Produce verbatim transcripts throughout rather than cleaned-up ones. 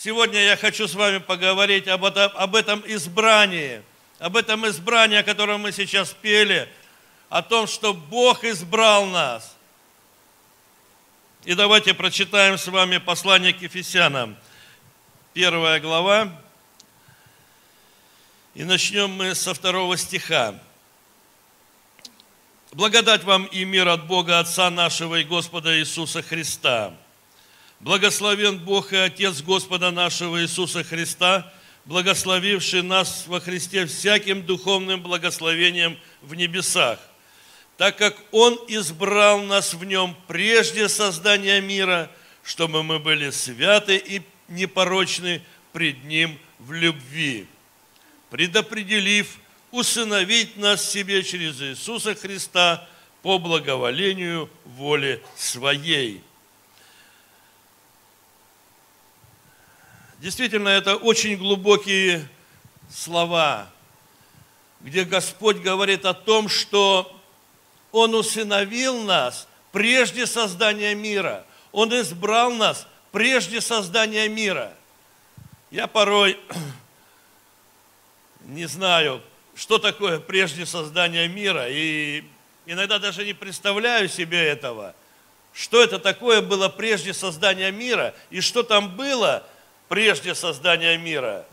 Сегодня я хочу с вами поговорить об этом, об этом избрании, об этом избрании, о котором мы сейчас пели, о том, что Бог избрал нас. И давайте прочитаем с вами послание к Ефесянам, первая глава, и начнем мы со второго стиха. «Благодать вам и мир от Бога Отца нашего и Господа Иисуса Христа. Благословен Бог и Отец Господа нашего Иисуса Христа, благословивший нас во Христе всяким духовным благословением в небесах, так как Он избрал нас в Нем прежде создания мира, чтобы мы были святы и непорочны пред Ним в любви, предопределив усыновить нас себе через Иисуса Христа по благоволению воли Своей». Действительно, это очень глубокие слова, где Господь говорит о том, что Он усыновил нас прежде создания мира. Он избрал нас прежде создания мира. Я порой не знаю, что такое прежде создания мира, и иногда даже не представляю себе этого. Что это такое было прежде создания мира, и что там было прежде создания мира.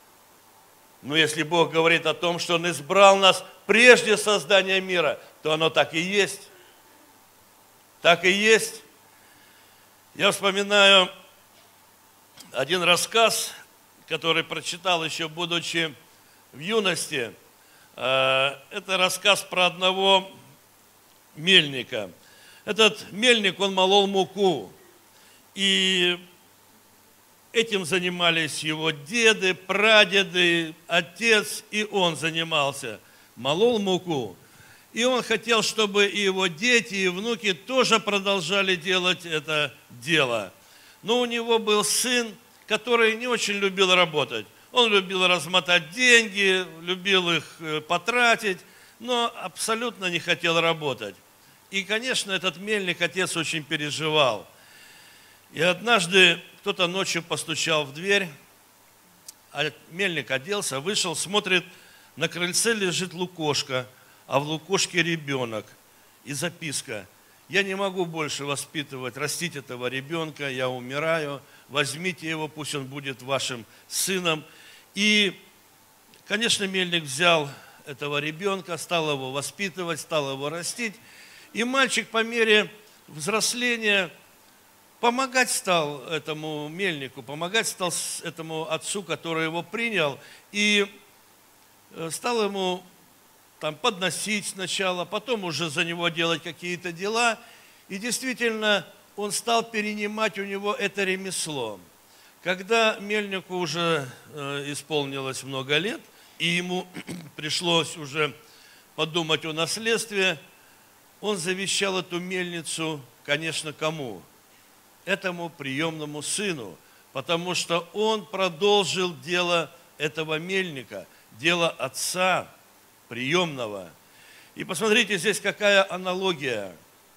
Но если Бог говорит о том, что Он избрал нас прежде создания мира, то оно так и есть. Так и есть. Я вспоминаю один рассказ, который прочитал еще будучи в юности. Это рассказ про одного мельника. Этот мельник, он молол муку. И этим занимались его деды, прадеды, отец, и он занимался. Молол муку. И он хотел, чтобы и его дети, и внуки тоже продолжали делать это дело. Но у него был сын, который не очень любил работать. Он любил размотать деньги, любил их потратить, но абсолютно не хотел работать. И, конечно, этот мельник, отец очень переживал. И однажды кто-то ночью постучал в дверь, а мельник оделся, вышел, смотрит, на крыльце лежит лукошко, а в лукошке ребенок. И записка: «Я не могу больше воспитывать, растить этого ребенка, я умираю, возьмите его, пусть он будет вашим сыном». И, конечно, мельник взял этого ребенка, стал его воспитывать, стал его растить. И мальчик по мере взросления помогать стал этому мельнику, помогать стал этому отцу, который его принял, и стал ему там подносить сначала, потом уже за него делать какие-то дела. И действительно, он стал перенимать у него это ремесло. Когда мельнику уже исполнилось много лет, и ему пришлось уже подумать о наследстве, он завещал эту мельницу, конечно, кому? Этому приемному сыну, потому что он продолжил дело этого мельника, дело отца приемного. И посмотрите, здесь какая аналогия.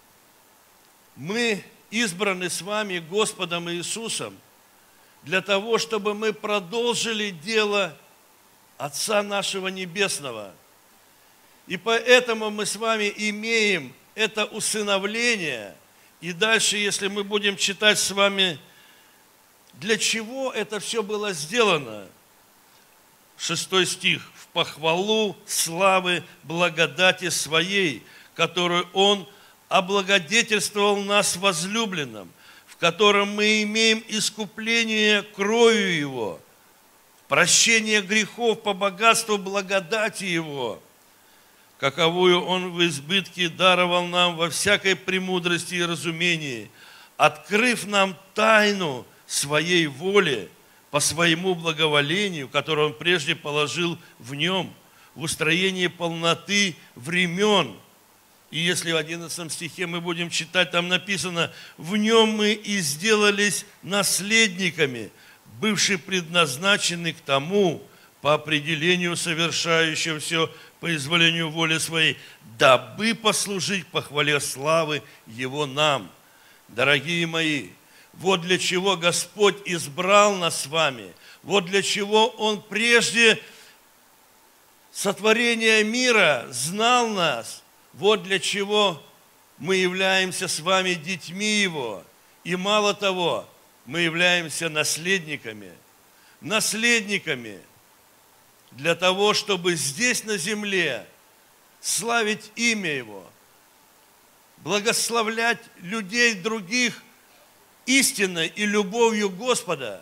Мы избраны с вами Господом Иисусом для того, чтобы мы продолжили дело Отца нашего Небесного. И поэтому мы с вами имеем это усыновление. И дальше, если мы будем читать с вами, для чего это все было сделано. Шестой стих. «В похвалу славы благодати Своей, которую Он облагодетельствовал нас возлюбленным, в котором мы имеем искупление кровью Его, прощение грехов по богатству благодати Его, каковую Он в избытке даровал нам во всякой премудрости и разумении, открыв нам тайну Своей воли по Своему благоволению, которое Он прежде положил в Нем, в устроении полноты времен». И если в одиннадцатом стихе мы будем читать, там написано: «В Нем мы и сделались наследниками, бывшие предназначены к тому, по определению совершающего все по изволению воли Своей, дабы послужить похвале славы Его нам». Дорогие мои, Вот для чего Господь избрал нас с вами. Вот для чего Он прежде сотворения мира знал нас. Вот для чего мы являемся с вами детьми Его. И мало того, мы являемся наследниками. Наследниками для того, чтобы здесь на земле славить имя Его, благословлять людей других истиной и любовью Господа.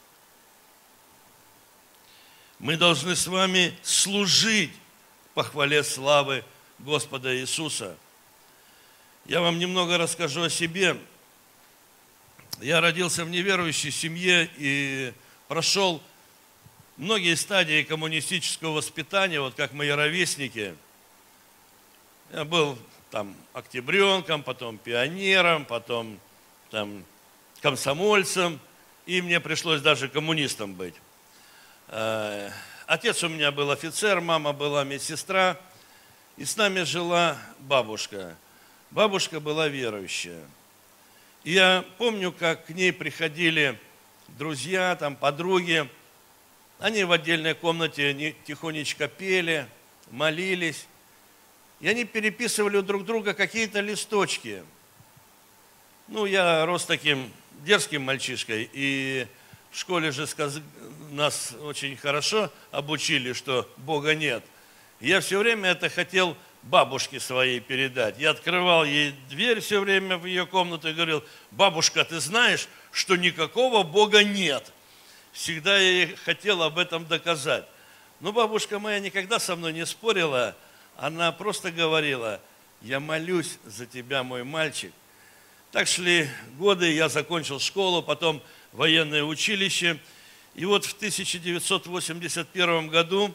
Мы должны с вами служить похвале славы Господа Иисуса. Я вам немного расскажу о себе. Я родился в неверующей семье и прошел многие стадии коммунистического воспитания, вот как мои ровесники. Я был там октябренком, потом пионером, потом там комсомольцем, и мне пришлось даже коммунистом быть. Отец у меня был офицер, мама была медсестра, и с нами жила бабушка. Бабушка была верующая. И я помню, как к ней приходили друзья, там, подруги. Они в отдельной комнате тихонечко пели, молились. И они переписывали друг друга какие-то листочки. Ну, я рос таким дерзким мальчишкой, и в школе же сказ... нас очень хорошо обучили, что Бога нет. Я все время это хотел бабушке своей передать. Я открывал ей дверь все время в ее комнату и говорил: бабушка, ты знаешь, что никакого Бога нет? Всегда я ей хотел об этом доказать. Но бабушка моя никогда со мной не спорила. Она просто говорила: я молюсь за тебя, мой мальчик. Так шли годы, я закончил школу, потом военное училище. И вот в тысяча девятьсот восемьдесят первом году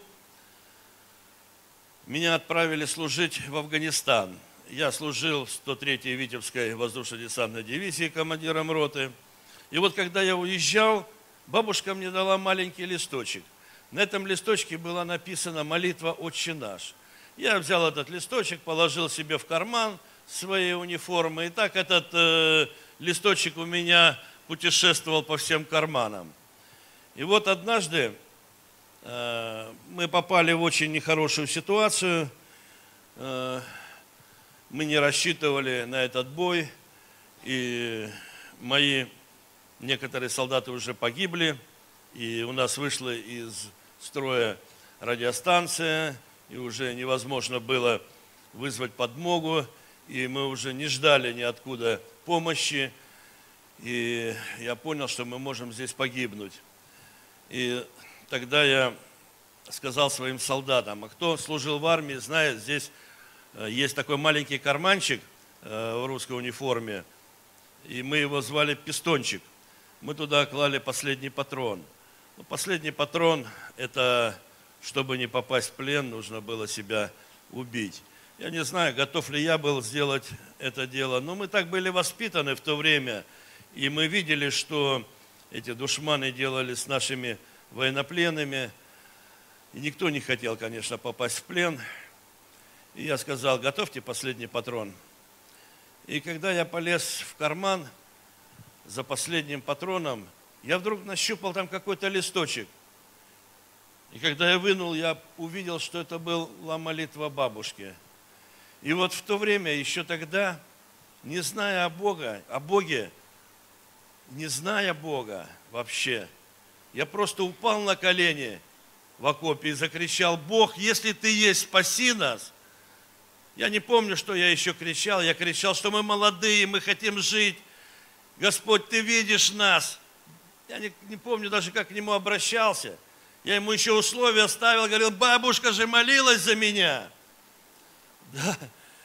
меня отправили служить в Афганистан. Я служил в сто третьей Витебской воздушно-десантной дивизии командиром роты. И вот когда я уезжал, бабушка мне дала маленький листочек. На этом листочке была написана молитва «Отче наш». Я взял этот листочек, положил себе в карман своей униформы. И так этот э, листочек у меня путешествовал по всем карманам. И вот однажды э, мы попали в очень нехорошую ситуацию. Э, мы не рассчитывали на этот бой. И мои некоторые солдаты уже погибли. И у нас вышла из строя радиостанция. И уже невозможно было вызвать подмогу. И мы уже не ждали ниоткуда помощи. И я понял, что мы можем здесь погибнуть. И тогда я сказал своим солдатам: а кто служил в армии, знает, здесь есть такой маленький карманчик в русской униформе. И мы его звали пистончик. Мы туда клали последний патрон. Ну, последний патрон – это, чтобы не попасть в плен, нужно было себя убить. Я не знаю, готов ли я был сделать это дело, но мы так были воспитаны в то время, и мы видели, что эти душманы делали с нашими военнопленными, и никто не хотел, конечно, попасть в плен. И я сказал: готовьте последний патрон. И когда я полез в карман за последним патроном, я вдруг нащупал там какой-то листочек. И когда я вынул, я увидел, что это была молитва бабушки. И вот в то время, еще тогда, не зная о Боге, о Боге, не зная Бога вообще, я просто упал на колени в окопе и закричал: Бог, если Ты есть, спаси нас. Я не помню, что я еще кричал. Я кричал, что мы молодые, мы хотим жить. Господь, Ты видишь нас. Я не, не помню даже, как к Нему обращался. Я Ему еще условия ставил, говорил: бабушка же молилась за меня. Да.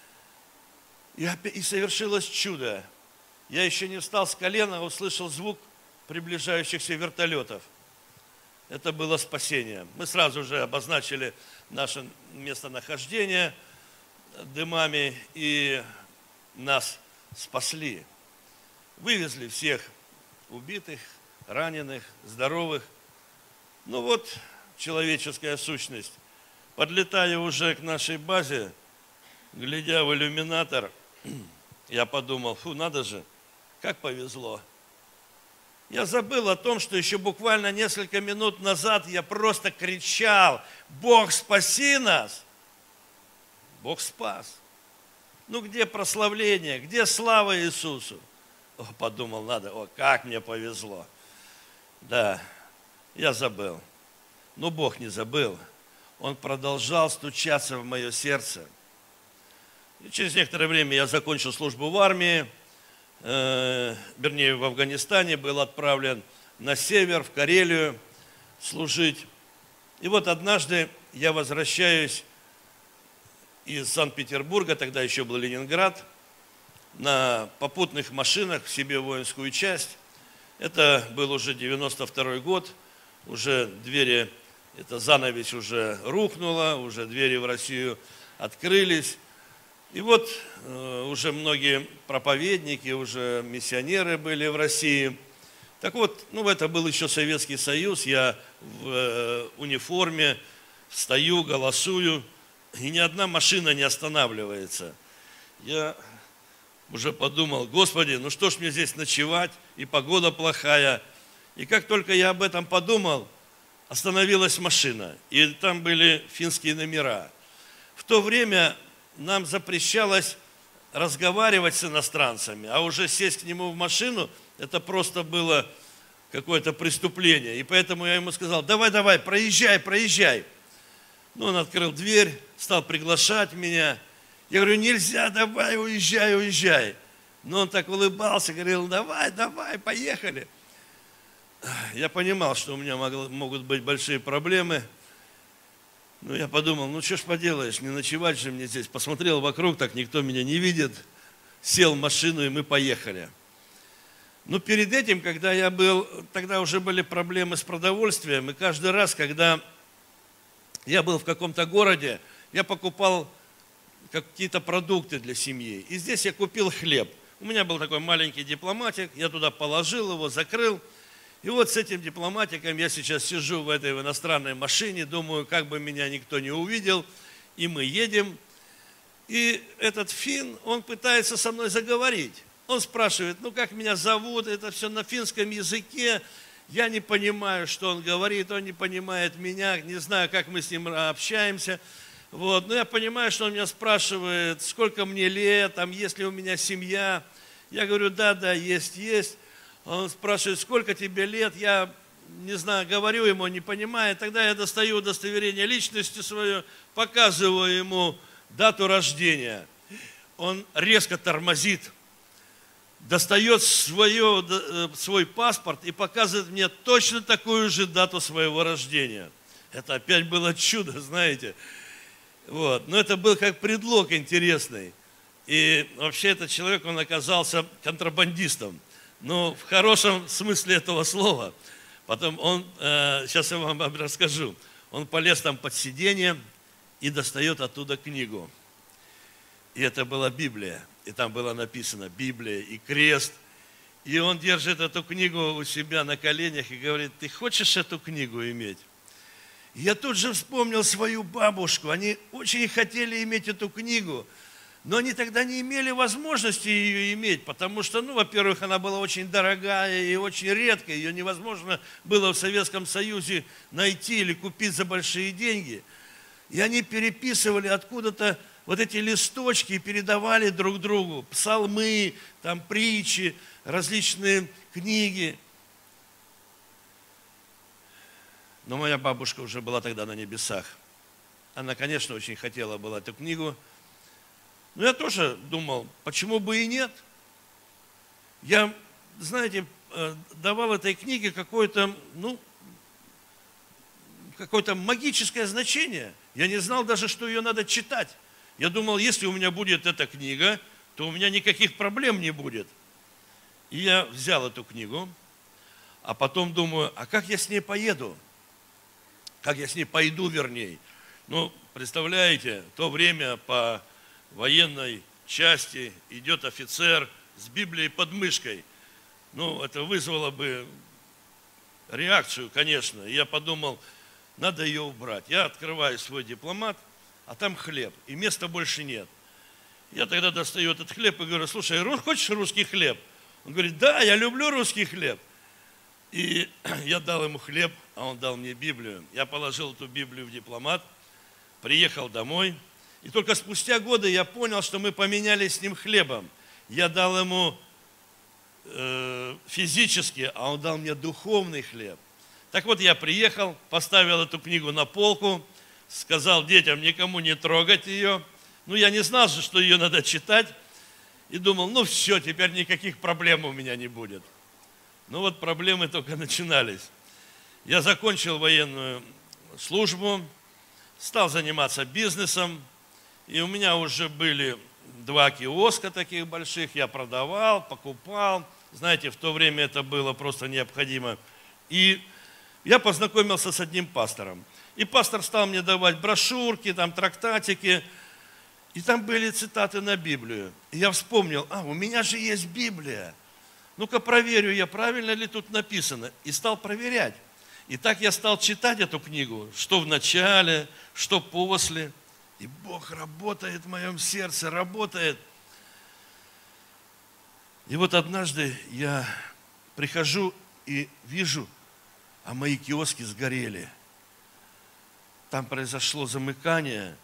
И, опять, и совершилось чудо. Я еще не встал с колена, а услышал звук приближающихся вертолетов. Это было спасение. Мы сразу же обозначили наше местонахождение дымами, и нас спасли. Вывезли всех убитых, раненых, здоровых. Ну вот человеческая сущность. Подлетая уже к нашей базе, глядя в иллюминатор, я подумал: фу, надо же, как повезло. Я забыл о том, что еще буквально несколько минут назад я просто кричал: Бог, спаси нас! Бог спас. Ну где прославление, где слава Иисусу? О, подумал, надо, о, как мне повезло. Да, я забыл. Но Бог не забыл. Он продолжал стучаться в мое сердце. И через некоторое время я закончил службу в армии, э, вернее в Афганистане, был отправлен на север, в Карелию служить. И вот однажды я возвращаюсь из Санкт-Петербурга, тогда еще был Ленинград, на попутных машинах в себе воинскую часть. Это был уже девяносто второй год, уже двери, эта занавесь уже рухнула, уже двери в Россию открылись. И вот э, уже многие проповедники, уже миссионеры были в России. Так вот, ну это был еще Советский Союз, я в э, униформе стою, голосую, и ни одна машина не останавливается. Я уже подумал: Господи, ну что ж мне здесь ночевать, и погода плохая. И как только я об этом подумал, остановилась машина, и там были финские номера. В то время нам запрещалось разговаривать с иностранцами, а уже сесть к нему в машину, это просто было какое-то преступление. И поэтому я ему сказал: давай, давай, проезжай, проезжай. Ну, он открыл дверь, стал приглашать меня. Я говорю: нельзя, давай, уезжай, уезжай. Но он так улыбался, говорил: давай, давай, поехали. Я понимал, что у меня могло, могут быть большие проблемы. Ну, я подумал: ну, что ж поделаешь, не ночевать же мне здесь. Посмотрел вокруг, так никто меня не видит. Сел в машину, и мы поехали. Но перед этим, когда я был, тогда уже были проблемы с продовольствием. И каждый раз, когда я был в каком-то городе, я покупал какие-то продукты для семьи. И здесь я купил хлеб. У меня был такой маленький дипломатик, я туда положил его, закрыл. И вот с этим дипломатиком я сейчас сижу в этой иностранной машине, думаю, как бы меня никто не увидел. И мы едем. И этот финн, он пытается со мной заговорить. Он спрашивает: ну как меня зовут, это все на финском языке. Я не понимаю, что он говорит, он не понимает меня, не знаю, как мы с ним общаемся. Вот. Но я понимаю, что он меня спрашивает, сколько мне лет, там, есть ли у меня семья. Я говорю: да, да, есть, есть. Он спрашивает: сколько тебе лет, я не знаю, говорю ему, не понимает. Тогда я достаю удостоверение личности свое, показываю ему дату рождения. Он резко тормозит, достает свое, свой паспорт и показывает мне точно такую же дату своего рождения. Это опять было чудо, знаете. Вот. Но это был как предлог интересный. И вообще этот человек, он оказался контрабандистом. Ну, в хорошем смысле этого слова. Потом он, э, сейчас я вам расскажу, он полез там под сиденье и достает оттуда книгу. И это была Библия. И там было написано Библия и крест. И он держит эту книгу у себя на коленях и говорит: ты хочешь эту книгу иметь? И я тут же вспомнил свою бабушку. Они очень хотели иметь эту книгу, но они тогда не имели возможности ее иметь, потому что, ну, во-первых, она была очень дорогая и очень редкая. Ее невозможно было в Советском Союзе найти или купить за большие деньги. И они переписывали откуда-то вот эти листочки и передавали друг другу псалмы, там, притчи, различные книги. Но моя бабушка уже была тогда на небесах. Она, конечно, очень хотела была эту книгу. Но я тоже думал, почему бы и нет. Я, знаете, давал этой книге какое-то, ну, какое-то магическое значение. Я не знал даже, что ее надо читать. Я думал, если у меня будет эта книга, то у меня никаких проблем не будет. И я взял эту книгу, а потом думаю, а как я с ней поеду? Как я с ней пойду, вернее? Ну, представляете, в то время по военной части идет офицер с Библией под мышкой. Ну, это вызвало бы реакцию, конечно. И я подумал, надо ее убрать. Я открываю свой дипломат, а там хлеб, и места больше нет. Я тогда достаю этот хлеб и говорю: слушай, хочешь русский хлеб? Он говорит: да, я люблю русский хлеб. И я дал ему хлеб, а он дал мне Библию. Я положил эту Библию в дипломат, приехал домой. И только спустя годы я понял, что мы поменялись с ним хлебом. Я дал ему э, физически, а он дал мне духовный хлеб. Так вот, я приехал, поставил эту книгу на полку, сказал детям никому не трогать ее. Ну, я не знал же, что ее надо читать. И думал, ну все, теперь никаких проблем у меня не будет. Ну вот проблемы только начинались. Я закончил военную службу, стал заниматься бизнесом. И у меня уже были два киоска таких больших. Я продавал, покупал. Знаете, в то время это было просто необходимо. И я познакомился с одним пастором. И пастор стал мне давать брошюрки, там, трактатики. И там были цитаты на Библию. И я вспомнил, а, у меня же есть Библия. Ну-ка проверю я, правильно ли тут написано. И стал проверять. И так я стал читать эту книгу, что в начале, что после. И Бог работает в моем сердце, работает. И вот однажды я прихожу и вижу, а мои киоски сгорели. Там произошло замыкание.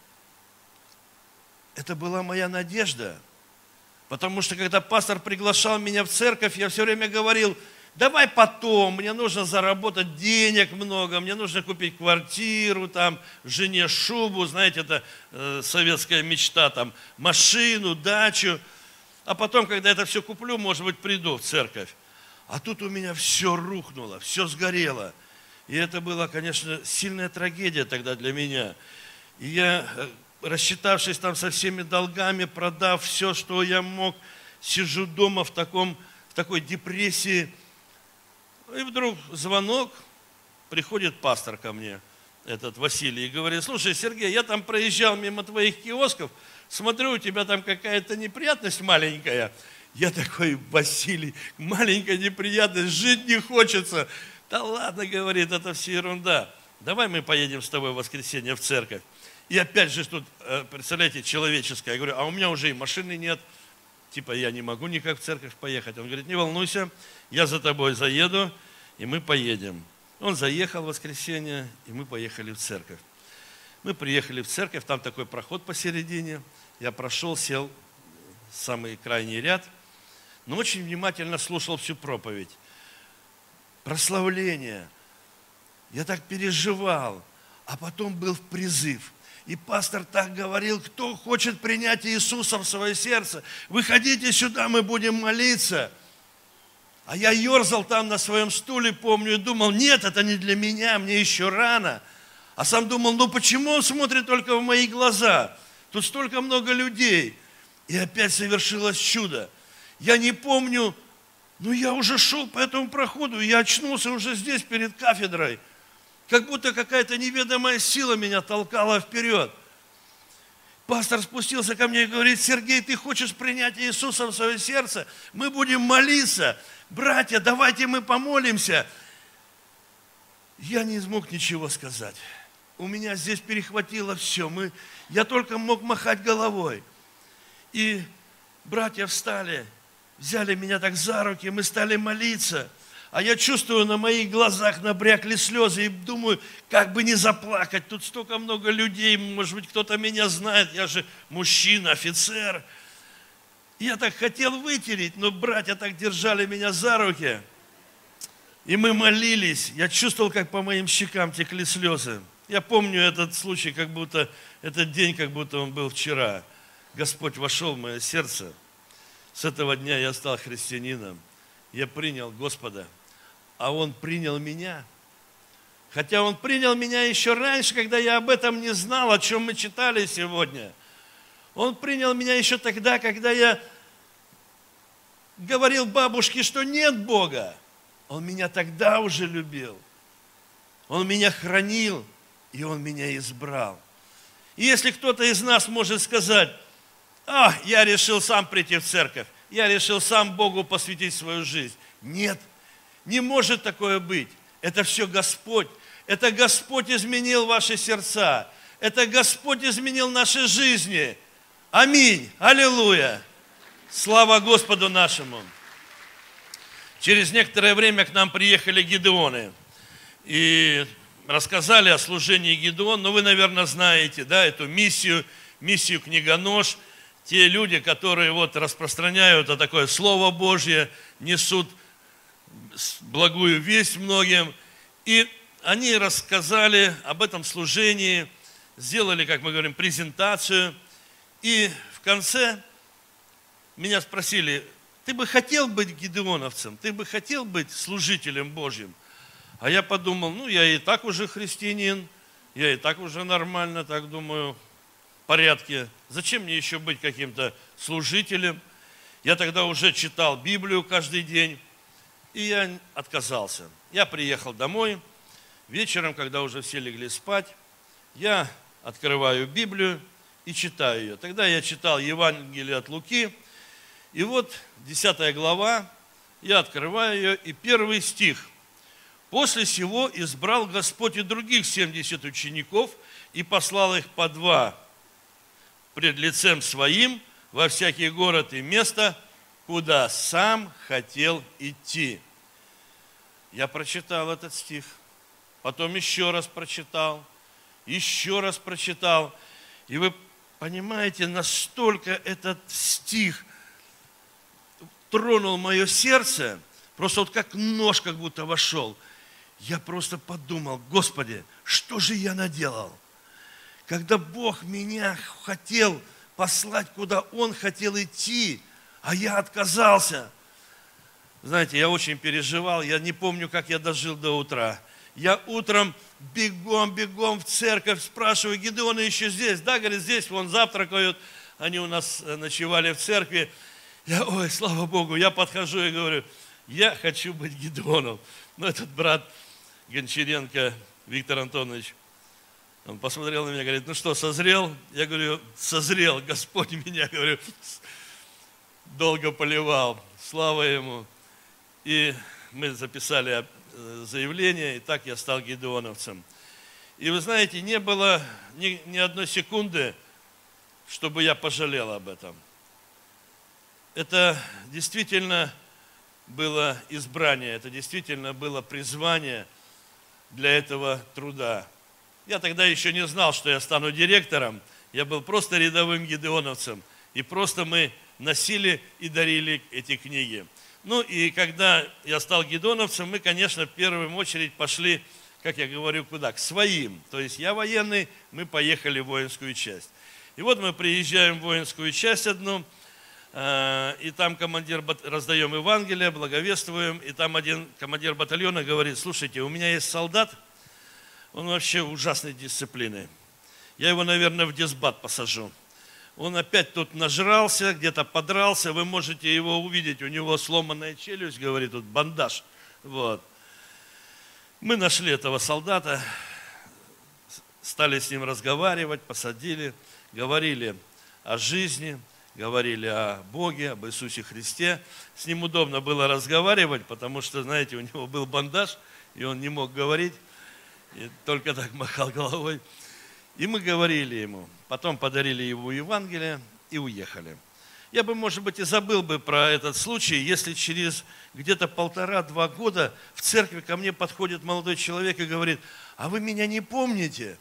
Это была моя надежда. Потому что когда пастор приглашал меня в церковь, я все время говорил, давай потом, мне нужно заработать денег много, мне нужно купить квартиру, там, жене шубу, знаете, это э, советская мечта, там, машину, дачу. А потом, когда это все куплю, может быть, приду в церковь. А тут у меня все рухнуло, все сгорело. И это была, конечно, сильная трагедия тогда для меня. И я, рассчитавшись там со всеми долгами, продав все, что я мог, сижу дома в, таком, в такой депрессии. И вдруг звонок, приходит пастор ко мне, этот Василий, и говорит, слушай, Сергей, я там проезжал мимо твоих киосков, смотрю, у тебя там какая-то неприятность маленькая. Я такой, Василий, маленькая неприятность, жить не хочется. Да ладно, говорит, это все ерунда. Давай мы поедем с тобой в воскресенье в церковь. И опять же тут, представляете, человеческое. Я говорю, а у меня уже и машины нет. Типа я не могу никак в церковь поехать. Он говорит, не волнуйся, я за тобой заеду, и мы поедем. Он заехал в воскресенье, и мы поехали в церковь. Мы приехали в церковь, там такой проход посередине. Я прошел, сел в самый крайний ряд, но очень внимательно слушал всю проповедь. Прославление. Я так переживал, а потом был призыв. И пастор так говорил, кто хочет принять Иисуса в свое сердце, выходите сюда, мы будем молиться. А я ерзал там на своем стуле, помню, и думал, нет, это не для меня, мне еще рано. А сам думал, ну почему он смотрит только в мои глаза? Тут столько много людей. И опять совершилось чудо. Я не помню, ну я уже шел по этому проходу, я очнулся уже здесь, перед кафедрой. Как будто какая-то неведомая сила меня толкала вперед. Пастор спустился ко мне и говорит, Сергей, ты хочешь принять Иисуса в свое сердце? Мы будем молиться. Братья, давайте мы помолимся. Я не смог ничего сказать. У меня здесь перехватило все. Мы, я только мог махать головой. И братья встали, взяли меня так за руки, мы стали молиться. А я чувствую, на моих глазах набрякли слезы и думаю, как бы не заплакать. Тут столько много людей, может быть, кто-то меня знает, я же мужчина, офицер. Я так хотел вытереть, но братья так держали меня за руки. И мы молились. Я чувствовал, как по моим щекам текли слезы. Я помню этот случай, как будто, этот день, как будто он был вчера. Господь вошел в мое сердце. С этого дня я стал христианином. Я принял Господа. А Он принял меня. Хотя Он принял меня еще раньше, когда я об этом не знал, о чем мы читали сегодня. Он принял меня еще тогда, когда я говорил бабушке, что нет Бога. Он меня тогда уже любил. Он меня хранил, и Он меня избрал. И если кто-то из нас может сказать, а, я решил сам прийти в церковь, я решил сам Богу посвятить свою жизнь. Нет, не может такое быть. Это все Господь. Это Господь изменил ваши сердца. Это Господь изменил наши жизни. Аминь. Аллилуйя. Слава Господу нашему. Через некоторое время к нам приехали Гидеоны и рассказали о служении Гидеон. Ну, вы, наверное, знаете, да, эту миссию, миссию книгонож. Те люди, которые вот распространяют такое Слово Божье, несут благую весть многим. И они рассказали об этом служении, сделали, как мы говорим, презентацию. И в конце меня спросили: ты бы хотел быть гидеоновцем? Ты бы хотел быть служителем Божьим? А я подумал, ну, я и так уже христианин, я и так уже нормально, так думаю, в порядке. Зачем мне еще быть каким-то служителем? Я тогда уже читал Библию каждый день, и я отказался. Я приехал домой, вечером, когда уже все легли спать, я открываю Библию и читаю ее. Тогда я читал Евангелие от Луки, и вот десятая глава, я открываю ее, и первый стих. «После сего избрал Господь и других семьдесят учеников, и послал их по два пред лицем своим во всякий город и место, куда сам хотел идти». Я прочитал этот стих, потом еще раз прочитал, еще раз прочитал. И вы понимаете, настолько этот стих тронул мое сердце, просто вот как нож как будто вошел. Я просто подумал: Господи, что же я наделал? Когда Бог меня хотел послать, куда Он хотел идти, а я отказался. Знаете, я очень переживал, я не помню, как я дожил до утра. Я утром бегом, бегом в церковь, спрашиваю: Гидеоны еще здесь? Да, говорит, здесь, вон завтракают. Они у нас ночевали в церкви. Я, ой, слава Богу, я подхожу и говорю: я хочу быть Гидеоном. Но этот брат Гончаренко Виктор Антонович, он посмотрел на меня, говорит: ну что, созрел? Я говорю: созрел, Господь меня, говорю, долго поливал, слава Ему. И мы записали заявление, и так я стал гидеоновцем. И вы знаете, не было ни, ни одной секунды, чтобы я пожалел об этом. Это действительно было избрание, это действительно было призвание для этого труда. Я тогда еще не знал, что я стану директором, я был просто рядовым гидеоновцем, и просто мы носили и дарили эти книги. Ну и когда я стал гидеоновцем, мы, конечно, в первую очередь пошли, как я говорю, куда? К своим. То есть я военный, мы поехали в воинскую часть. И вот мы приезжаем в воинскую часть одну, и там командир, раздаем Евангелие, благовествуем, и там один командир батальона говорит: слушайте, у меня есть солдат, он вообще ужасной дисциплины. Я его, наверное, в дисбат посажу. Он опять тут нажрался, где-то подрался, вы можете его увидеть, у него сломанная челюсть, говорит, тут бандаж. Вот. Мы нашли этого солдата, стали с ним разговаривать, посадили, говорили о жизни, говорили о Боге, об Иисусе Христе. С ним удобно было разговаривать, потому что, знаете, у него был бандаж, и он не мог говорить, и только так махал головой. И мы говорили ему, потом подарили ему Евангелие и уехали. Я бы, может быть, и забыл бы про этот случай, если через где-то полтора-два года в церкви ко мне подходит молодой человек и говорит: а вы меня не помните?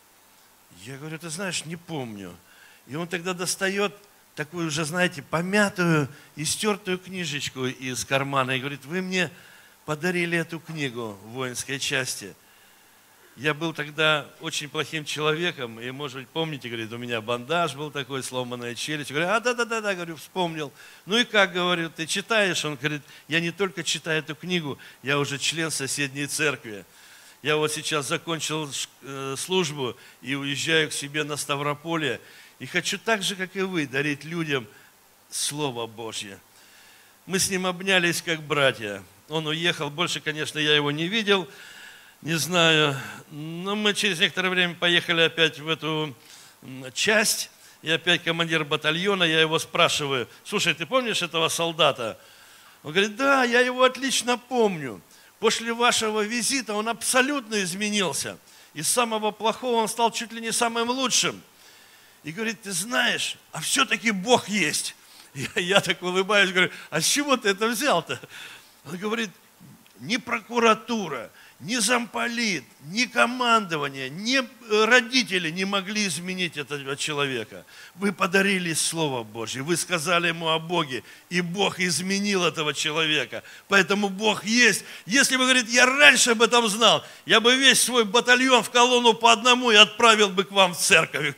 Я говорю: ты знаешь, не помню. И он тогда достает такую уже, знаете, помятую и стертую книжечку из кармана и говорит: вы мне подарили эту книгу в воинской части. Я был тогда очень плохим человеком, и, может быть, помните, говорит, у меня бандаж был такой, сломанная челюсть. Я говорю: а, да-да-да, говорю, вспомнил. Ну и как, говорю, ты читаешь? Он говорит: я не только читаю эту книгу, я уже член соседней церкви. Я вот сейчас закончил службу и уезжаю к себе на Ставрополье, и хочу так же, как и вы, дарить людям Слово Божье. Мы с ним обнялись, как братья. Он уехал, больше, конечно, я его не видел, не знаю, но мы через некоторое время поехали опять в эту часть, и опять командир батальона, я его спрашиваю: слушай, ты помнишь этого солдата? Он говорит: да, я его отлично помню. После вашего визита он абсолютно изменился. Из самого плохого он стал чуть ли не самым лучшим. И говорит: ты знаешь, а все-таки Бог есть. Я, я так улыбаюсь, говорю: а с чего ты это взял-то? Он говорит, ни прокуратура, ни замполит, ни командование, ни родители не могли изменить этого человека. Вы подарили Слово Божье, вы сказали ему о Боге, и Бог изменил этого человека. Поэтому Бог есть. Если вы говорите, я раньше об этом знал, я бы весь свой батальон в колонну по одному и отправил бы к вам в церковь.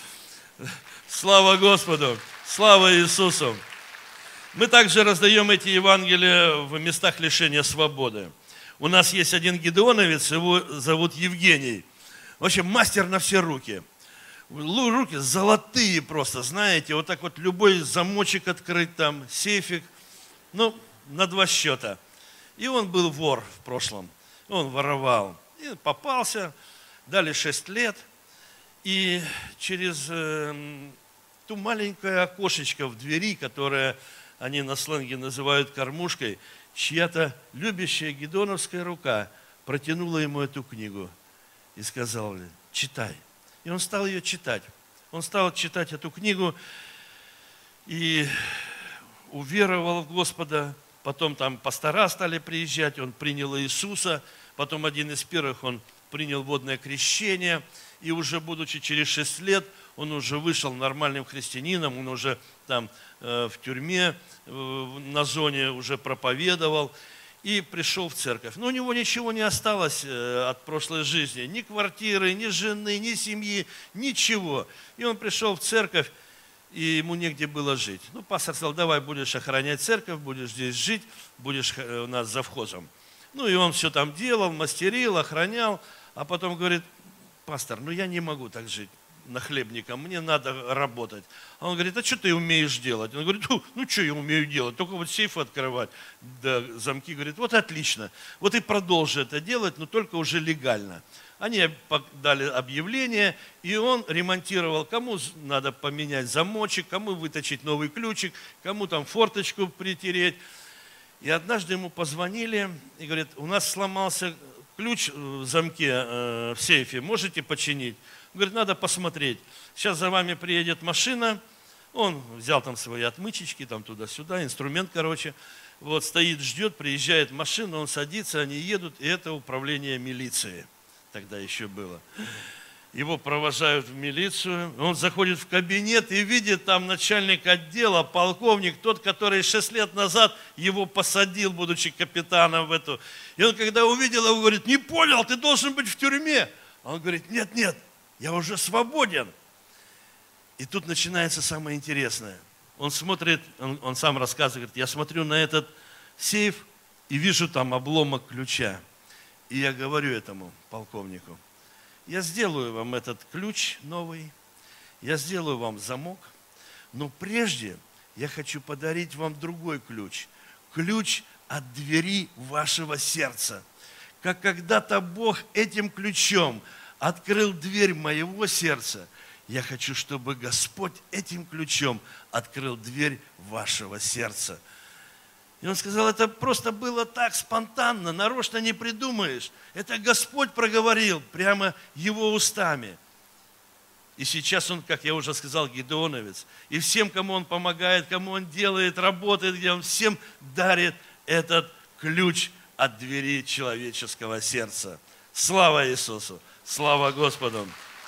Слава Господу, слава Иисусу. Мы также раздаем эти Евангелия в местах лишения свободы. У нас есть один гидеоновец, его зовут Евгений. В общем, мастер на все руки. Руки золотые просто, знаете, вот так вот любой замочек открыть там, сейфик, ну, на два счета. И он был вор в прошлом, он воровал. И попался, дали шесть лет, и через э, ту маленькое окошечко в двери, которое они на сленге называют кормушкой, чья-то любящая гидеоновская рука протянула ему эту книгу и сказала, читай. И он стал ее читать. Он стал читать эту книгу и уверовал в Господа. Потом там пастора стали приезжать, он принял Иисуса. Потом один из первых он принял водное крещение. И уже будучи через шесть лет, он уже вышел нормальным христианином, он уже там э, в тюрьме, э, на зоне уже проповедовал и пришел в церковь. Но у него ничего не осталось э, от прошлой жизни, ни квартиры, ни жены, ни семьи, ничего. И он пришел в церковь, и ему негде было жить. Ну, пастор сказал, давай будешь охранять церковь, будешь здесь жить, будешь у нас завхозом. Ну, и он все там делал, мастерил, охранял, а потом говорит, пастор, ну я не могу так жить нахлебником, мне надо работать. А он говорит, а что ты умеешь делать? Он говорит, ну что я умею делать, только вот сейф открывать, да, замки. Говорит, вот отлично, вот и продолжи это делать, но только уже легально. Они дали объявление, и он ремонтировал, кому надо поменять замочек, кому выточить новый ключик, кому там форточку притереть. И однажды ему позвонили и говорят, у нас сломался ключ в замке, э, в сейфе, можете починить? Он говорит, надо посмотреть. Сейчас за вами приедет машина. Он взял там свои отмычечки, там туда-сюда, инструмент, короче. Вот стоит, ждет, приезжает машина, он садится, они едут, и это управление милиции. Тогда еще было. Его провожают в милицию, он заходит в кабинет и видит там начальник отдела, полковник, тот, который шесть лет назад его посадил, будучи капитаном в эту. И он, когда увидел его, говорит, не понял, ты должен быть в тюрьме. А он говорит, нет, нет, я уже свободен. И тут начинается самое интересное. Он смотрит, он, он сам рассказывает, говорит, я смотрю на этот сейф и вижу там обломок ключа. И я говорю этому полковнику, я сделаю вам этот ключ новый, я сделаю вам замок, но прежде я хочу подарить вам другой ключ. Ключ от двери вашего сердца. Как когда-то Бог этим ключом открыл дверь моего сердца, я хочу, чтобы Господь этим ключом открыл дверь вашего сердца. И он сказал, это просто было так спонтанно, нарочно не придумаешь. Это Господь проговорил прямо его устами. И сейчас он, как я уже сказал, гидеоновец. И всем, кому он помогает, кому он делает, работает, где он всем дарит этот ключ от двери человеческого сердца. Слава Иисусу! Слава Господу!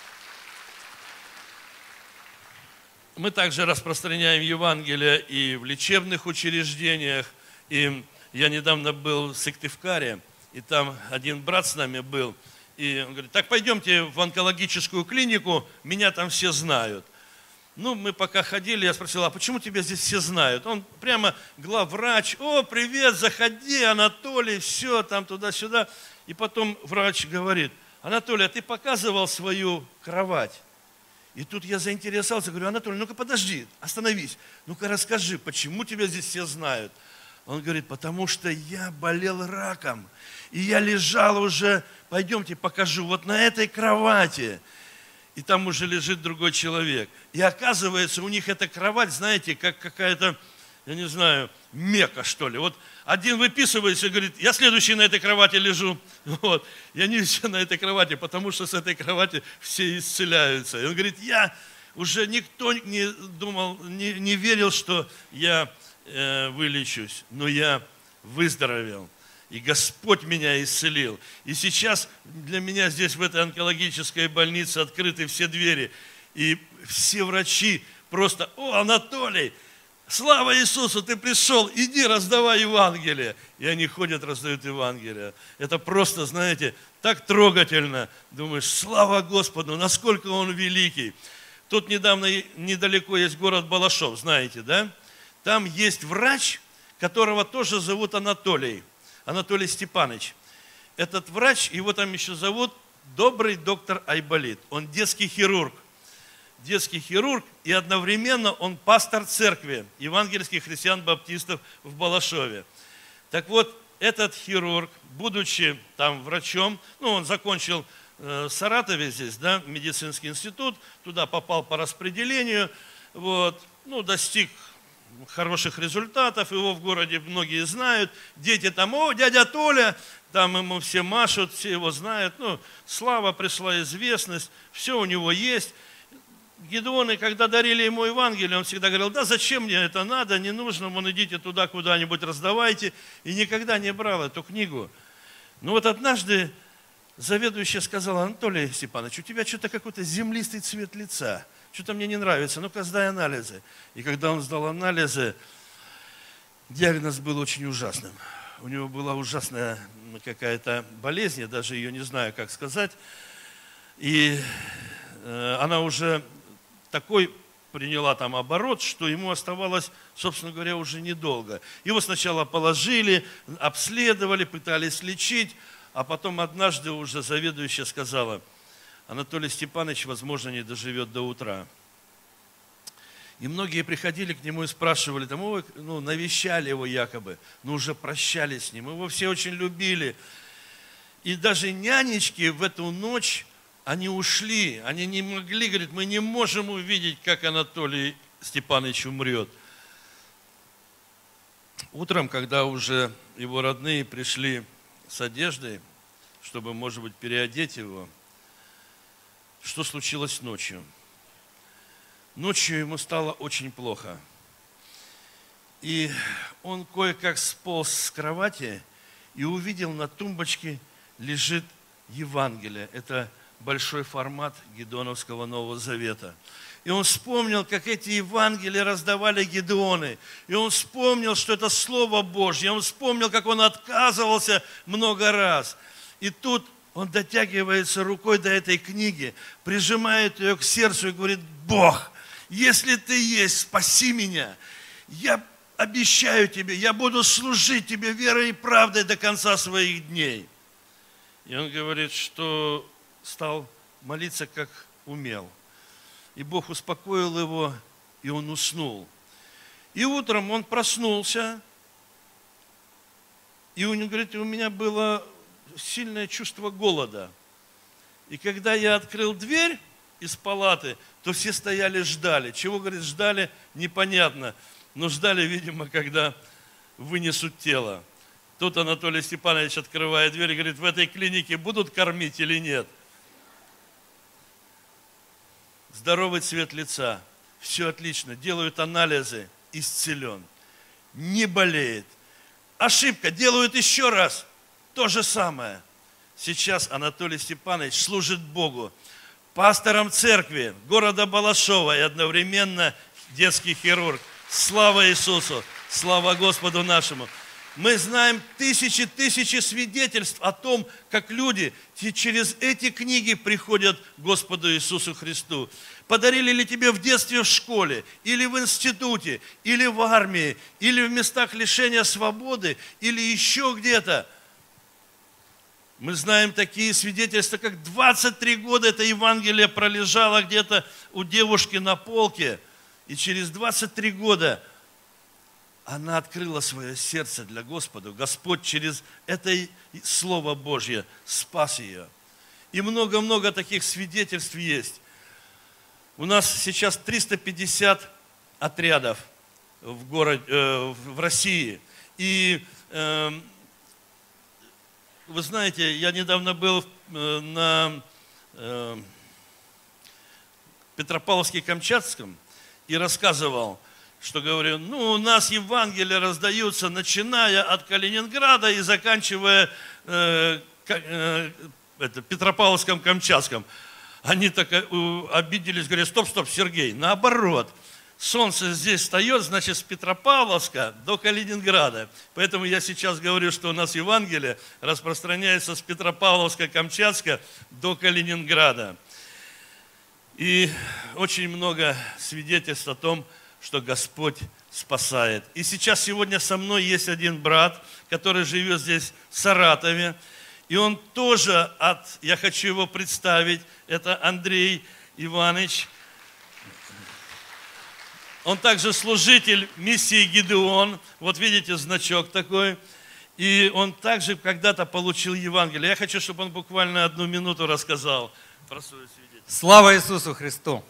Мы также распространяем Евангелие и в лечебных учреждениях. И я недавно был в Сыктывкаре, и там один брат с нами был. И он говорит, так пойдемте в онкологическую клинику, меня там все знают. Ну, мы пока ходили, я спросил, а почему тебя здесь все знают? Он прямо главврач, о, привет, заходи, Анатолий, все, там туда-сюда. И потом врач говорит, Анатолий, а ты показывал свою кровать? И тут я заинтересовался, говорю, Анатолий, ну-ка подожди, остановись, ну-ка расскажи, почему тебя здесь все знают? Он говорит, потому что я болел раком, и я лежал уже, пойдемте покажу, вот на этой кровати. И там уже лежит другой человек. И оказывается, у них эта кровать, знаете, как какая-то, я не знаю, Мекка, что ли. Вот один выписывается и говорит, я следующий на этой кровати лежу. Вот. И они все на этой кровати, потому что с этой кровати все исцеляются. И он говорит, я уже никто не думал, не, не верил, что я э, вылечусь. Но я выздоровел. И Господь меня исцелил. И сейчас для меня здесь в этой онкологической больнице открыты все двери. И все врачи просто: о, Анатолий, слава Иисусу, ты пришел, иди раздавай Евангелие. И они ходят, раздают Евангелие. Это просто, знаете, так трогательно. Думаешь, слава Господу, насколько Он великий. Тут недавно, недалеко есть город Балашов, знаете, да? Там есть врач, которого тоже зовут Анатолий. Анатолий Степанович. Этот врач, его там еще зовут Добрый доктор Айболит. Он детский хирург. Детский хирург, и одновременно он пастор церкви евангельских христиан-баптистов в Балашове. Так вот, этот хирург, будучи там врачом, ну, он закончил э, в Саратове здесь, да, медицинский институт, туда попал по распределению, вот, ну, достиг хороших результатов, его в городе многие знают, дети там: о, дядя Толя, там ему все машут, все его знают, ну, слава пришла, известность, все у него есть. Гедеоны, когда дарили ему Евангелие, он всегда говорил: да зачем мне это надо, не нужно, вон идите туда куда-нибудь раздавайте, и никогда не брал эту книгу. Но вот однажды заведующая сказала: Анатолий Степанович, у тебя что-то какой-то землистый цвет лица. Что-то мне не нравится, ну-ка сдай анализы. И когда он сдал анализы, диагноз был очень ужасным. У него была ужасная какая-то болезнь, я даже ее не знаю, как сказать. И э, она уже такой приняла там оборот, что ему оставалось, собственно говоря, уже недолго. Его сначала положили, обследовали, пытались лечить, а потом однажды уже заведующая сказала: Анатолий Степанович, возможно, не доживет до утра. И многие приходили к нему и спрашивали, там, ой, ну, навещали его якобы, но уже прощались с ним. Его все очень любили. И даже нянечки в эту ночь, они ушли, они не могли, говорят, мы не можем увидеть, как Анатолий Степанович умрет. Утром, когда уже его родные пришли с одеждой, чтобы, может быть, переодеть его, что случилось ночью? Ночью ему стало очень плохо. И он кое-как сполз с кровати и увидел, на тумбочке лежит Евангелие. Это большой формат Гедеоновского Нового Завета. И он вспомнил, как эти Евангелия раздавали Гедеоны. И он вспомнил, что это Слово Божье. Он вспомнил, как он отказывался много раз. И тут он дотягивается рукой до этой книги, прижимает ее к сердцу и говорит: Бог, если Ты есть, спаси меня. Я обещаю Тебе, я буду служить Тебе верой и правдой до конца своих дней. И он говорит, что стал молиться, как умел. И Бог успокоил его, и он уснул. И утром он проснулся, и он говорит, у меня было сильное чувство голода. И когда я открыл дверь из палаты, то все стояли, ждали. Чего, говорит, ждали, непонятно. Но ждали, видимо, когда вынесут тело. Тут Анатолий Степанович открывает дверь и говорит, в этой клинике будут кормить или нет? Здоровый цвет лица, все отлично, делают анализы, исцелен, не болеет. Ошибка, делают еще раз, то же самое. Сейчас Анатолий Степанович служит Богу, пастором церкви города Балашова и одновременно детский хирург. Слава Иисусу, слава Господу нашему. Мы знаем тысячи-тысячи свидетельств о том, как люди через эти книги приходят к Господу Иисусу Христу. Подарили ли тебе в детстве в школе, или в институте, или в армии, или в местах лишения свободы, или еще где-то. Мы знаем такие свидетельства, как двадцать три года это Евангелие пролежало где-то у девушки на полке, и через двадцать три года она открыла свое сердце для Господа. Господь через это Слово Божье спас ее. И много-много таких свидетельств есть. У нас сейчас триста пятьдесят отрядов в, городе, э, в России. И э, вы знаете, я недавно был э, на э, Петропавловске-Камчатском и рассказывал, что говорю, ну, у нас Евангелия раздаются, начиная от Калининграда и заканчивая э, э, это, Петропавловском-Камчатском. Они так э, обиделись, говорят, стоп, стоп, Сергей, наоборот. Солнце здесь встает, значит, с Петропавловска до Калининграда. Поэтому я сейчас говорю, что у нас Евангелие распространяется с Петропавловска-Камчатска до Калининграда. И очень много свидетельств о том, что Господь спасает. И сейчас, сегодня со мной есть один брат, который живет здесь, в Саратове. И он тоже от, я хочу его представить, это Андрей Иванович. Он также служитель миссии Гидеон. Вот видите, значок такой. И он также когда-то получил Евангелие. Я хочу, чтобы он буквально одну минуту рассказал про свое свидетельство. Слава Иисусу Христу!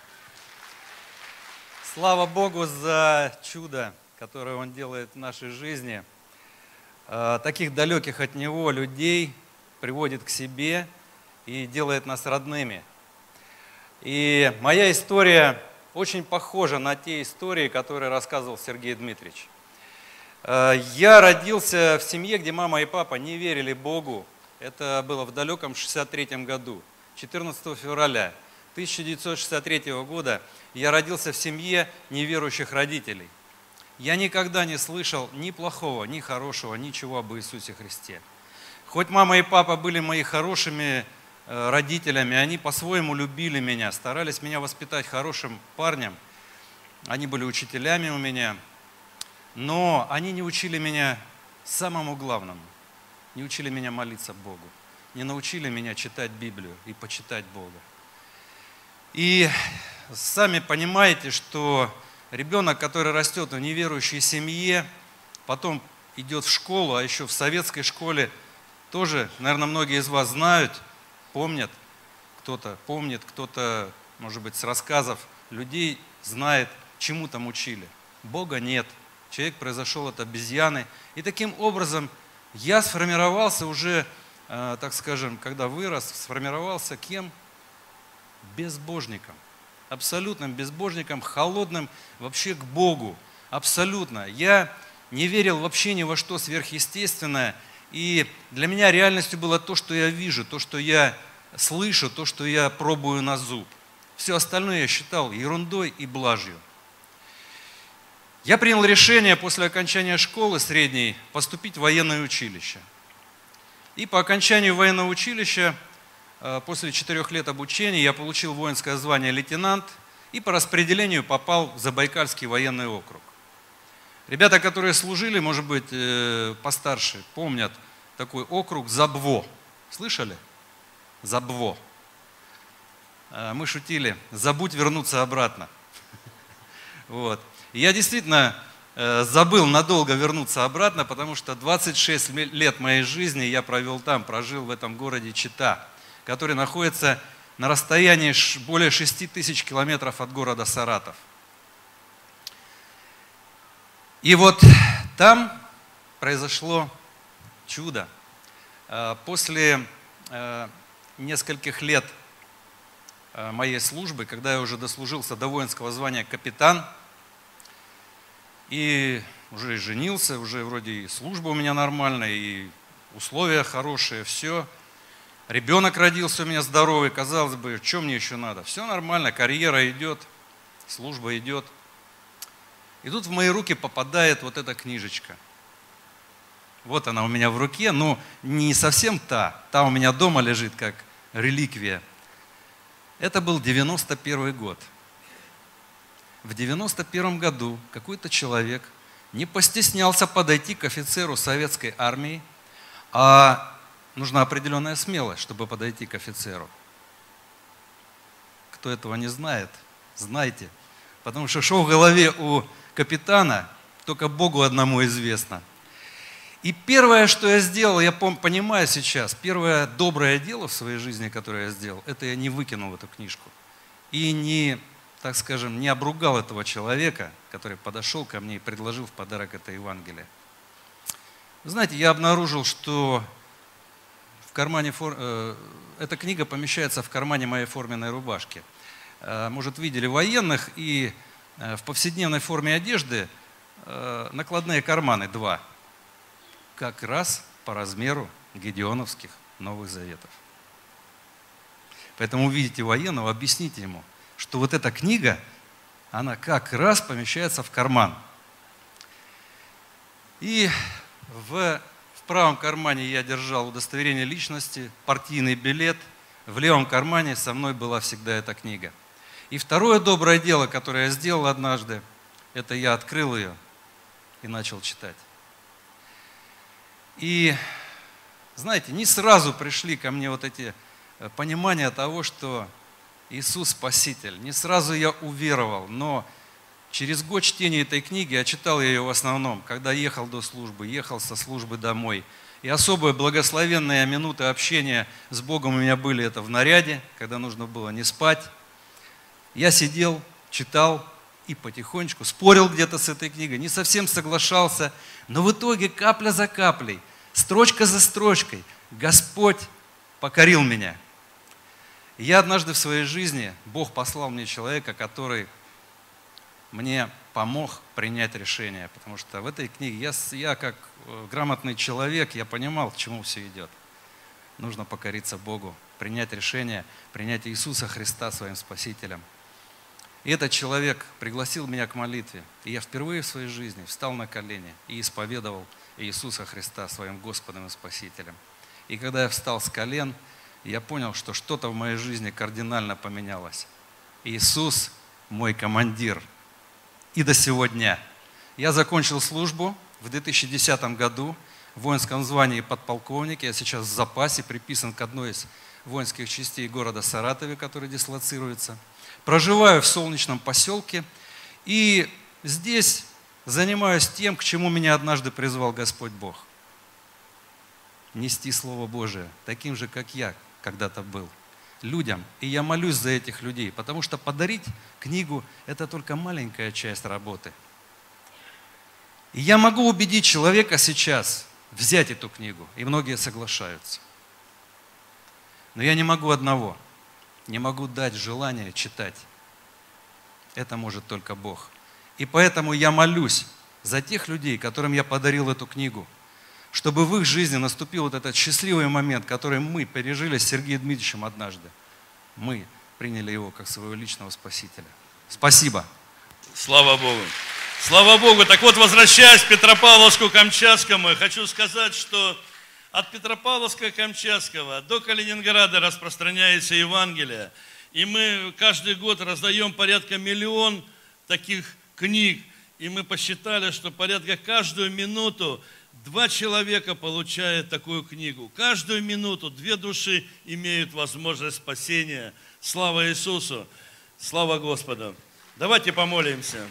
Слава Богу за чудо, которое Он делает в нашей жизни. Таких далеких от Него людей приводит к себе и делает нас родными. И моя история очень похожа на те истории, которые рассказывал Сергей Дмитриевич. Я родился в семье, где мама и папа не верили Богу. Это было в далеком шестьдесят третьем году, четырнадцатого февраля тысяча девятьсот шестьдесят третьего года. Я родился в семье неверующих родителей. Я никогда не слышал ни плохого, ни хорошего, ничего об Иисусе Христе. Хоть мама и папа были моими хорошими родителями, они по-своему любили меня, старались меня воспитать хорошим парнем. Они были учителями у меня, но они не учили меня самому главному. Не учили меня молиться Богу, не научили меня читать Библию и почитать Бога. И сами понимаете, что ребенок, который растет в неверующей семье, потом идет в школу, а еще в советской школе тоже, наверное, многие из вас знают, помнят, кто-то помнит, кто-то, может быть, с рассказов людей знает, чему там учили. Бога нет, человек произошел от обезьяны. И таким образом я сформировался уже, так скажем, когда вырос, сформировался кем? Безбожником. Абсолютным безбожником, холодным вообще к Богу. Абсолютно. Я не верил вообще ни во что сверхъестественное. И для меня реальностью было то, что я вижу, то, что я слышу, то, что я пробую на зуб. Все остальное я считал ерундой и блажью. Я принял решение после окончания школы средней поступить в военное училище. И по окончанию военного училища, после четырех лет обучения, я получил воинское звание лейтенант и по распределению попал в Забайкальский военный округ. Ребята, которые служили, может быть, постарше, помнят такой округ Забво. Слышали? Забво. Мы шутили, забудь вернуться обратно. Вот. И я действительно забыл надолго вернуться обратно, потому что двадцать шесть лет моей жизни я провел там, прожил в этом городе Чита, который находится на расстоянии более шести тысяч километров от города Саратов. И вот там произошло чудо. После нескольких лет моей службы, когда я уже дослужился до воинского звания капитан, и уже женился, уже вроде и служба у меня нормальная, и условия хорошие, все. Ребенок родился у меня здоровый, казалось бы, что мне еще надо? Все нормально, карьера идет, служба идет. И тут в мои руки попадает вот эта книжечка. Вот она у меня в руке, но не совсем та. Та у меня дома лежит как реликвия. Это был девяносто первый год. В девяносто первом году какой-то человек не постеснялся подойти к офицеру советской армии, а нужна определенная смелость, чтобы подойти к офицеру. Кто этого не знает, знайте. Потому что что в голове у капитана, только Богу одному известно. И первое, что я сделал, я понимаю сейчас, первое доброе дело в своей жизни, которое я сделал, это я не выкинул эту книжку. И не, так скажем, не обругал этого человека, который подошел ко мне и предложил в подарок это Евангелие. Вы знаете, я обнаружил, что в кармане, э, эта книга помещается в кармане моей форменной рубашки. Э, может, видели военных, и в повседневной форме одежды накладные карманы два, как раз по размеру гедеоновских Новых Заветов. Поэтому увидите военного, объясните ему, что вот эта книга, она как раз помещается в карман. И в, в правом кармане я держал удостоверение личности, партийный билет, в левом кармане со мной была всегда эта книга. И второе доброе дело, которое я сделал однажды, это я открыл ее и начал читать. И, знаете, не сразу пришли ко мне вот эти понимания того, что Иисус Спаситель. Не сразу я уверовал, но через год чтения этой книги, я читал ее в основном, когда ехал до службы, ехал со службы домой. И особые благословенные минуты общения с Богом у меня были это в наряде, когда нужно было не спать. Я сидел, читал и потихонечку спорил где-то с этой книгой, не совсем соглашался, но в итоге капля за каплей, строчка за строчкой Господь покорил меня. И я однажды в своей жизни, Бог послал мне человека, который мне помог принять решение, потому что в этой книге я, я как грамотный человек, я понимал, к чему все идет. Нужно покориться Богу, принять решение, принять Иисуса Христа своим Спасителем. И этот человек пригласил меня к молитве, и я впервые в своей жизни встал на колени и исповедовал Иисуса Христа своим Господом и Спасителем. И когда я встал с колен, я понял, что что-то в моей жизни кардинально поменялось. Иисус мой командир. И до сегодня. Я закончил службу в две тысячи десятом году в воинском звании подполковник. Я сейчас в запасе, приписан к одной из воинских частей города Саратове, который дислоцируется. Проживаю в солнечном поселке и здесь занимаюсь тем, к чему меня однажды призвал Господь Бог. Нести Слово Божие, таким же, как я когда-то был, людям. И я молюсь за этих людей, потому что подарить книгу – это только маленькая часть работы. И я могу убедить человека сейчас взять эту книгу, и многие соглашаются. Но я не могу одного, не могу дать желание читать. Это может только Бог. И поэтому я молюсь за тех людей, которым я подарил эту книгу, чтобы в их жизни наступил вот этот счастливый момент, который мы пережили с Сергеем Дмитриевичем однажды. Мы приняли его как своего личного Спасителя. Спасибо. Слава Богу. Слава Богу. Так вот, возвращаясь к Петропавловску-Камчатскому, я хочу сказать, что от Петропавловска-Камчатского до Калининграда распространяется Евангелие. И мы каждый год раздаем порядка миллион таких книг. И мы посчитали, что порядка каждую минуту два человека получают такую книгу. Каждую минуту две души имеют возможность спасения. Слава Иисусу! Слава Господу! Давайте помолимся.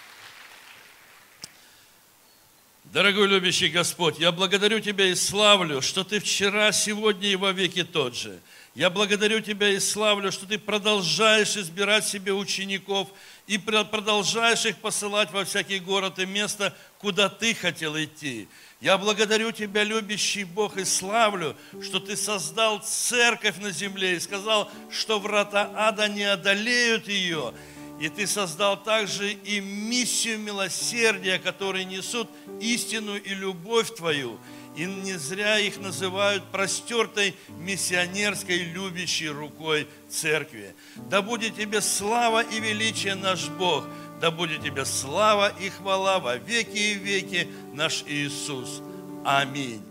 Дорогой любящий Господь, я благодарю Тебя и славлю, что Ты вчера, сегодня и во веки тот же. Я благодарю Тебя и славлю, что Ты продолжаешь избирать себе учеников и продолжаешь их посылать во всякий город и место, куда Ты хотел идти. Я благодарю Тебя, любящий Бог, и славлю, что Ты создал церковь на земле и сказал, что врата ада не одолеют ее. И Ты создал также и миссию милосердия, которые несут истину и любовь Твою. И не зря их называют простертой миссионерской любящей рукой церкви. Да будет Тебе слава и величие наш Бог. Да будет Тебе слава и хвала во веки и веки, наш Иисус. Аминь.